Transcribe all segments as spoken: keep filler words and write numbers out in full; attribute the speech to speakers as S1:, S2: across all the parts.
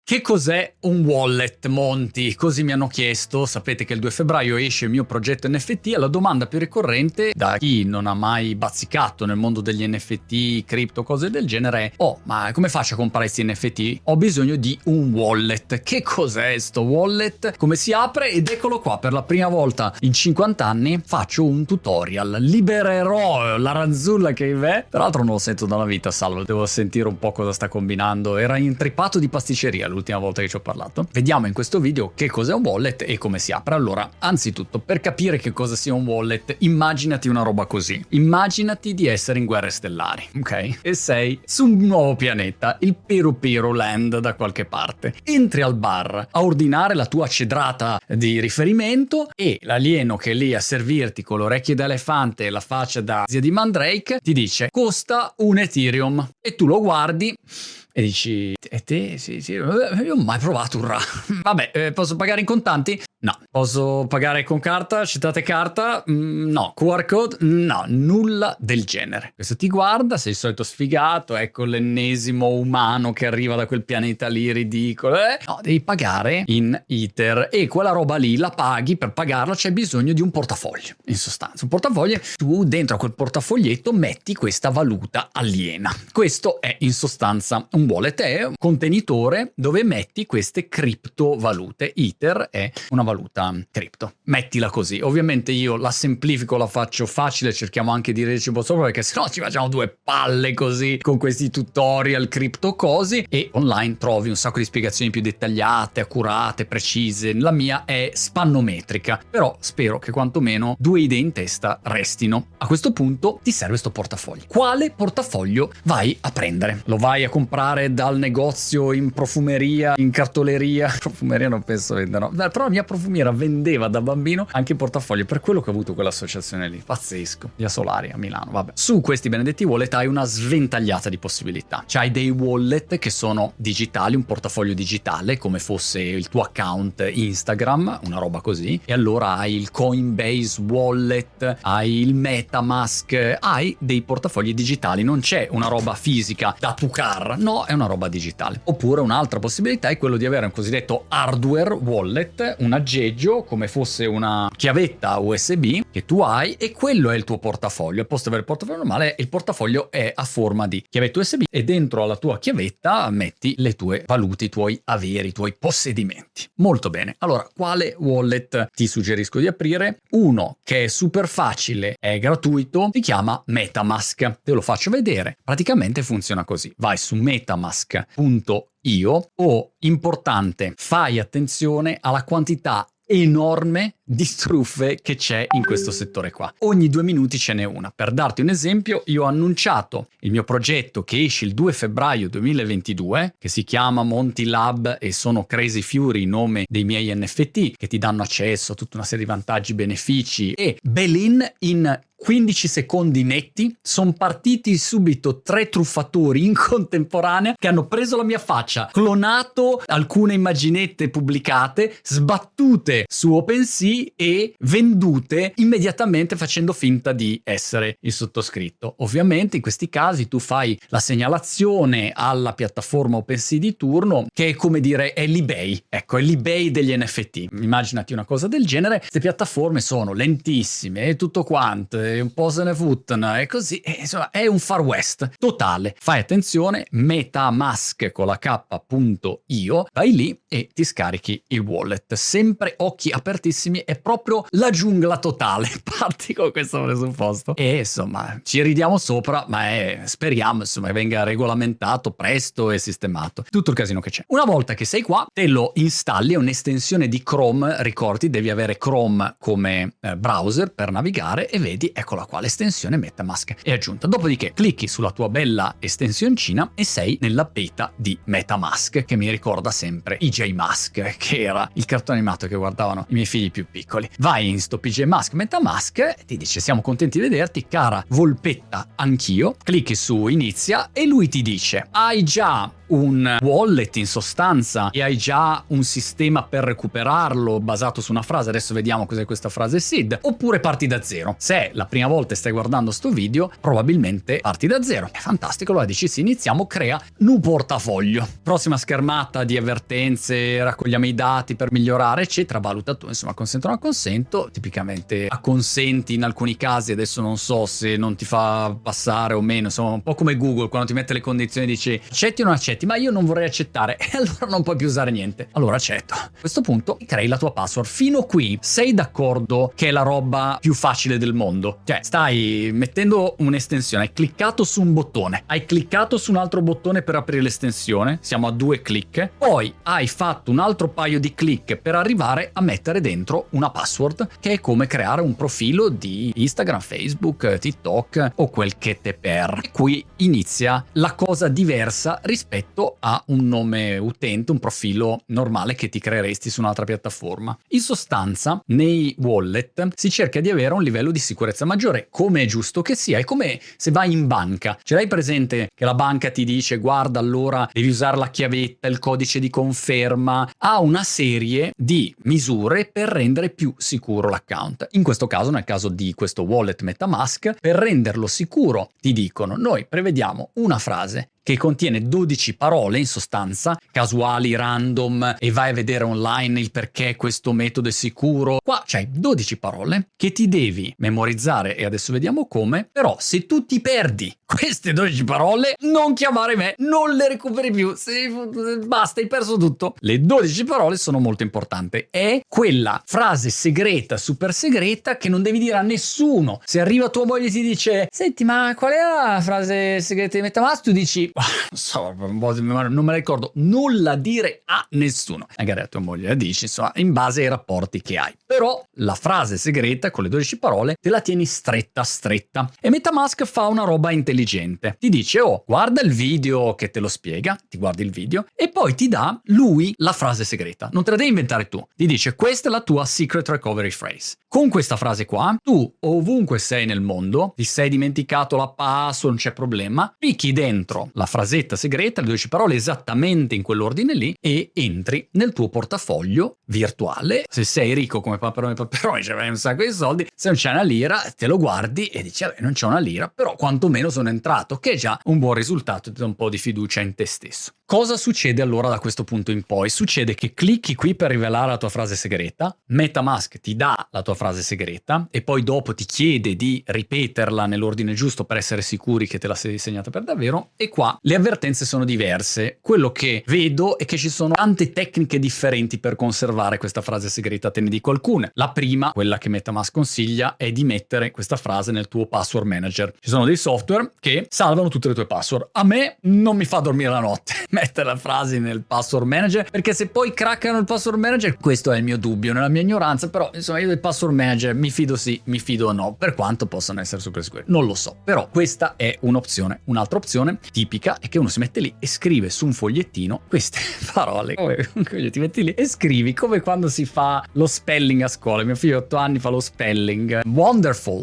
S1: Che cos'è un wallet, Monti? Così mi hanno chiesto. Sapete che il due febbraio esce il mio progetto N F T e la domanda più ricorrente da chi non ha mai bazzicato nel mondo degli N F T, cripto, cose del genere è: oh, ma come faccio a comprare questi N F T? Ho bisogno di un wallet. Che cos'è sto wallet? Come si apre? Ed eccolo qua, per la prima volta in cinquanta anni faccio un tutorial. Libererò la ranzulla che è. Tra l'altro non lo sento da una vita, Salvo, devo sentire un po' cosa sta combinando. Era intrippato di pasticceria l'ultima volta che ci ho parlato. Vediamo in questo video che cos'è un wallet e come si apre. Allora, anzitutto, per capire che cosa sia un wallet, immaginati una roba così. Immaginati di essere in Guerre Stellari, ok? E sei su un nuovo pianeta, il Pero Pero Land da qualche parte. Entri al bar a ordinare la tua cedrata di riferimento e l'alieno che è lì a servirti con le orecchie da elefante e la faccia da zia di Mandrake ti dice: costa un Ethereum. E tu lo guardi e dici: e te? Sì, sì, io non ho mai provato un R A. Vabbè, eh, posso pagare in contanti? No. Posso pagare con carta? Accettate carta? Mm, no. Q R code? No, nulla del genere. Questo ti guarda, sei il solito sfigato, ecco l'ennesimo umano che arriva da quel pianeta lì ridicolo. Eh? No, devi pagare in Ether e quella roba lì la paghi. Per pagarla c'è bisogno di un portafoglio, in sostanza. Un portafoglio, tu dentro a quel portafoglietto metti questa valuta aliena. Questo è in sostanza un wallet, è un contenitore dove metti queste criptovalute. Ether è una valuta cripto, mettila così. Ovviamente io la semplifico, la faccio facile, cerchiamo anche di dirci un po' sopra, perché sennò ci facciamo due palle così con questi tutorial cripto cosi, e online trovi un sacco di spiegazioni più dettagliate, accurate, precise. La mia è spannometrica, però spero che quantomeno due idee in testa restino. A questo punto ti serve sto portafoglio. Quale portafoglio vai a prendere? Lo vai a comprare dal negozio in profumeria, in cartoleria? Profumeria non penso vendano, però la mia profumiera vendeva da bambino anche portafoglio, per quello che ho avuto quell'associazione lì. Pazzesco. Via Solari a Milano, vabbè. Su questi benedetti wallet hai una sventagliata di possibilità. C'hai dei wallet che sono digitali, un portafoglio digitale come fosse il tuo account Instagram, una roba così, e allora hai il Coinbase wallet, hai il MetaMask, hai dei portafogli digitali, non c'è una roba fisica da tucar, no, è una roba digitale. Oppure un'altra possibilità è quello di avere un cosiddetto hardware wallet, un aggeggio come fosse una chiavetta U S B che tu hai, e quello è il tuo portafoglio. Al posto di avere il portafoglio normale, il portafoglio è a forma di chiavetta U S B e dentro alla tua chiavetta metti le tue valute, i tuoi averi, i tuoi possedimenti. Molto bene. Allora, quale wallet ti suggerisco di aprire? Uno che è super facile, è gratuito, si chiama MetaMask. Te lo faccio vedere. Praticamente funziona così. Vai su metamask punto io. O, importante, fai attenzione alla quantità enorme di truffe che c'è in questo settore qua. Ogni due minuti ce n'è una. Per darti un esempio, io ho annunciato il mio progetto che esce il due febbraio duemilaventidue, che si chiama Monti Lab e sono Crazy Fury, nome dei miei N F T, che ti danno accesso a tutta una serie di vantaggi, benefici, e Belin in quindici secondi netti sono partiti subito tre truffatori in contemporanea che hanno preso la mia faccia, clonato alcune immaginette pubblicate, sbattute su OpenSea e vendute immediatamente facendo finta di essere il sottoscritto. Ovviamente in questi casi tu fai la segnalazione alla piattaforma OpenSea di turno, che è come dire è l'eBay, ecco, è l'eBay degli N F T. Immaginati una cosa del genere. Queste piattaforme sono lentissime e tutto quanto, un po' se ne fottano e così, e insomma è un far west totale. Fai attenzione, metamask con la k.io, vai lì e ti scarichi il wallet. Sempre occhi apertissimi, è proprio la giungla totale. Parti con questo presupposto e insomma ci ridiamo sopra, ma è, speriamo insomma venga regolamentato presto e sistemato tutto il casino che c'è. Una volta che sei qua, te lo installi, è un'estensione di Chrome, ricordi, devi avere Chrome come eh, browser per navigare, e vedi, eccola qua, l'estensione MetaMask è aggiunta. Dopodiché clicchi sulla tua bella estensioncina e sei nella beta di MetaMask, che mi ricorda sempre P J Mask, che era il cartone animato che guardavano i miei figli più piccoli. Vai in sto P J Mask MetaMask e ti dice: siamo contenti di vederti, cara volpetta, anch'io. Clicchi su inizia e lui ti dice: hai già un wallet in sostanza e hai già un sistema per recuperarlo basato su una frase, adesso vediamo cos'è questa frase seed, oppure parti da zero. Se è la prima volta che stai guardando sto video, probabilmente parti da zero. È fantastico, allora dici sì, iniziamo, crea un portafoglio. Prossima schermata di avvertenze, raccogliamo i dati per migliorare, eccetera, valuta tu, insomma, consento o non consento, tipicamente acconsenti in alcuni casi, adesso non so se non ti fa passare o meno, insomma, un po' come Google, quando ti mette le condizioni dici accetti o non accetti, ma io non vorrei accettare, e allora non puoi più usare niente. Allora accetto. A questo punto crei la tua password. Fino qui sei d'accordo che è la roba più facile del mondo? Cioè, stai mettendo un'estensione, hai cliccato su un bottone, hai cliccato su un altro bottone per aprire l'estensione, siamo a due click, poi hai fatto un altro paio di click per arrivare a mettere dentro una password, che è come creare un profilo di Instagram, Facebook, TikTok o quel che te per. E qui inizia la cosa diversa rispetto a un nome utente, un profilo normale che ti creeresti su un'altra piattaforma. In sostanza, nei wallet si cerca di avere un livello di sicurezza maggiore, come è giusto che sia. È come se vai in banca. Ce l'hai presente che la banca ti dice guarda, allora devi usare la chiavetta, il codice di conferma, ha una serie di misure per rendere più sicuro l'account. In questo caso, nel caso di questo wallet MetaMask, per renderlo sicuro ti dicono noi prevediamo una frase che contiene dodici parole, in sostanza casuali, random, e vai a vedere online il perché questo metodo è sicuro. Qua c'hai dodici parole che ti devi memorizzare, e adesso vediamo come. Però se tu ti perdi queste dodici parole, non chiamare me, non le recuperi più, se, basta, hai perso tutto. Le dodici parole sono molto importanti. È quella frase segreta, super segreta, che non devi dire a nessuno. Se arriva tua moglie e ti dice senti, ma qual è la frase segreta di MetaMask, tu dici non so, non me la ricordo, non la dire a nessuno. Magari a tua moglie la dici, insomma, in base ai rapporti che hai. Però la frase segreta con le dodici parole te la tieni stretta stretta. E MetaMask fa una roba intelligente. Ti dice oh, guarda il video che te lo spiega, ti guardi il video e poi ti dà lui la frase segreta. Non te la devi inventare tu. Ti dice questa è la tua secret recovery phrase. Con questa frase qua, tu ovunque sei nel mondo, ti sei dimenticato la password, non c'è problema, picchi dentro la frasetta segreta, le dodici parole esattamente in quell'ordine lì, e entri nel tuo portafoglio virtuale. Se sei ricco come Paperone Paperone, cioè un sacco di soldi, se non c'è una lira te lo guardi e dici vabbè, non c'è una lira, però quantomeno sono entrato, che è già un buon risultato, ti dà un po' di fiducia in te stesso. Cosa succede allora da questo punto in poi? Succede che clicchi qui per rivelare la tua frase segreta, MetaMask ti dà la tua frase segreta e poi dopo ti chiede di ripeterla nell'ordine giusto per essere sicuri che te la sei segnata per davvero, e qua le avvertenze sono diverse. Quello che vedo è che ci sono tante tecniche differenti per conservare questa frase segreta, te ne dico alcune. La prima, quella che MetaMask consiglia, è di mettere questa frase nel tuo password manager. Ci sono dei software che salvano tutte le tue password. A me non mi fa dormire la notte mettere la frase nel password manager, perché se poi craccano il password manager, questo è il mio dubbio nella mia ignoranza, però insomma io del password manager mi fido sì, mi fido no, per quanto possano essere super sicuri, non lo so, però questa è un'opzione. Un'altra opzione tipica è che uno si mette lì e scrive su un fogliettino queste parole, come ti metti lì e scrivi come quando si fa lo spelling a scuola. Mio figlio otto anni fa lo spelling wonderful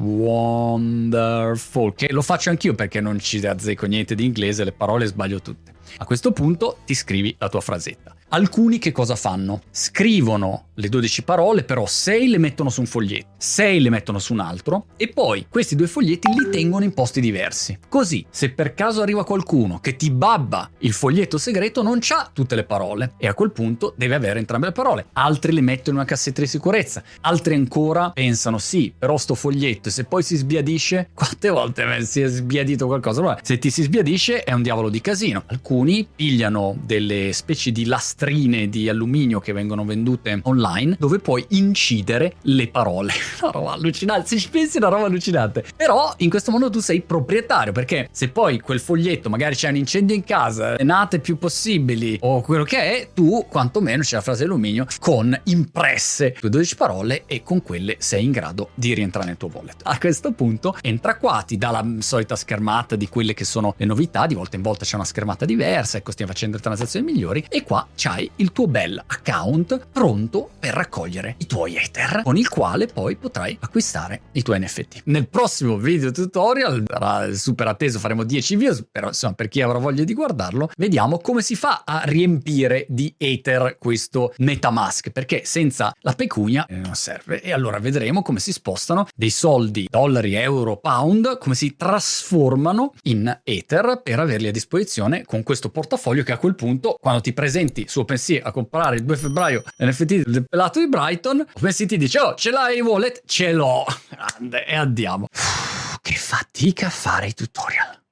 S1: wonderful, che lo faccio anch'io perché non ci azzecco niente di inglese, le parole sbaglio tutte. A questo punto ti scrivi la tua frasetta. Alcuni che cosa fanno? Scrivono le dodici parole, però sei le mettono su un foglietto, sei le mettono su un altro, e poi questi due foglietti li tengono in posti diversi. Così, se per caso arriva qualcuno che ti babba il foglietto segreto, non c'ha tutte le parole, e a quel punto deve avere entrambe le parole. Altri le mettono in una cassetta di sicurezza, altri ancora pensano sì, però sto foglietto, e se poi si sbiadisce, quante volte si è sbiadito qualcosa? Allora, se ti si sbiadisce è un diavolo di casino. Alcuni pigliano delle specie di lastrine di alluminio che vengono vendute online, dove puoi incidere le parole. Una roba allucinante, se ci pensi è una roba allucinante. Però in questo modo tu sei proprietario, perché se poi quel foglietto magari c'è un incendio in casa, le nate più possibili o quello che è, tu quantomeno c'è la frase alluminio con impresse le dodici parole, e con quelle sei in grado di rientrare nel tuo wallet. A questo punto entra qua, ti dà la solita schermata di quelle che sono le novità, di volta in volta c'è una schermata diversa, diversa, ecco, stiamo facendo transazioni migliori, e qua c'hai il tuo bel account pronto per raccogliere i tuoi Ether, con il quale poi potrai acquistare i tuoi N F T. Nel prossimo video tutorial, sarà super atteso, faremo dieci video, però insomma per chi avrà voglia di guardarlo, vediamo come si fa a riempire di Ether questo MetaMask, perché senza la pecunia eh, non serve. E allora vedremo come si spostano dei soldi, dollari, euro, pound, come si trasformano in Ether per averli a disposizione con questo portafoglio che a quel punto, quando ti presenti su OpenSea a comprare il due febbraio l'N F T del pelato di Brighton, OpenSea ti dice: oh, ce l'hai wallet? Ce l'ho. Grande, e andiamo. Uff, che fatica a fare i tutorial.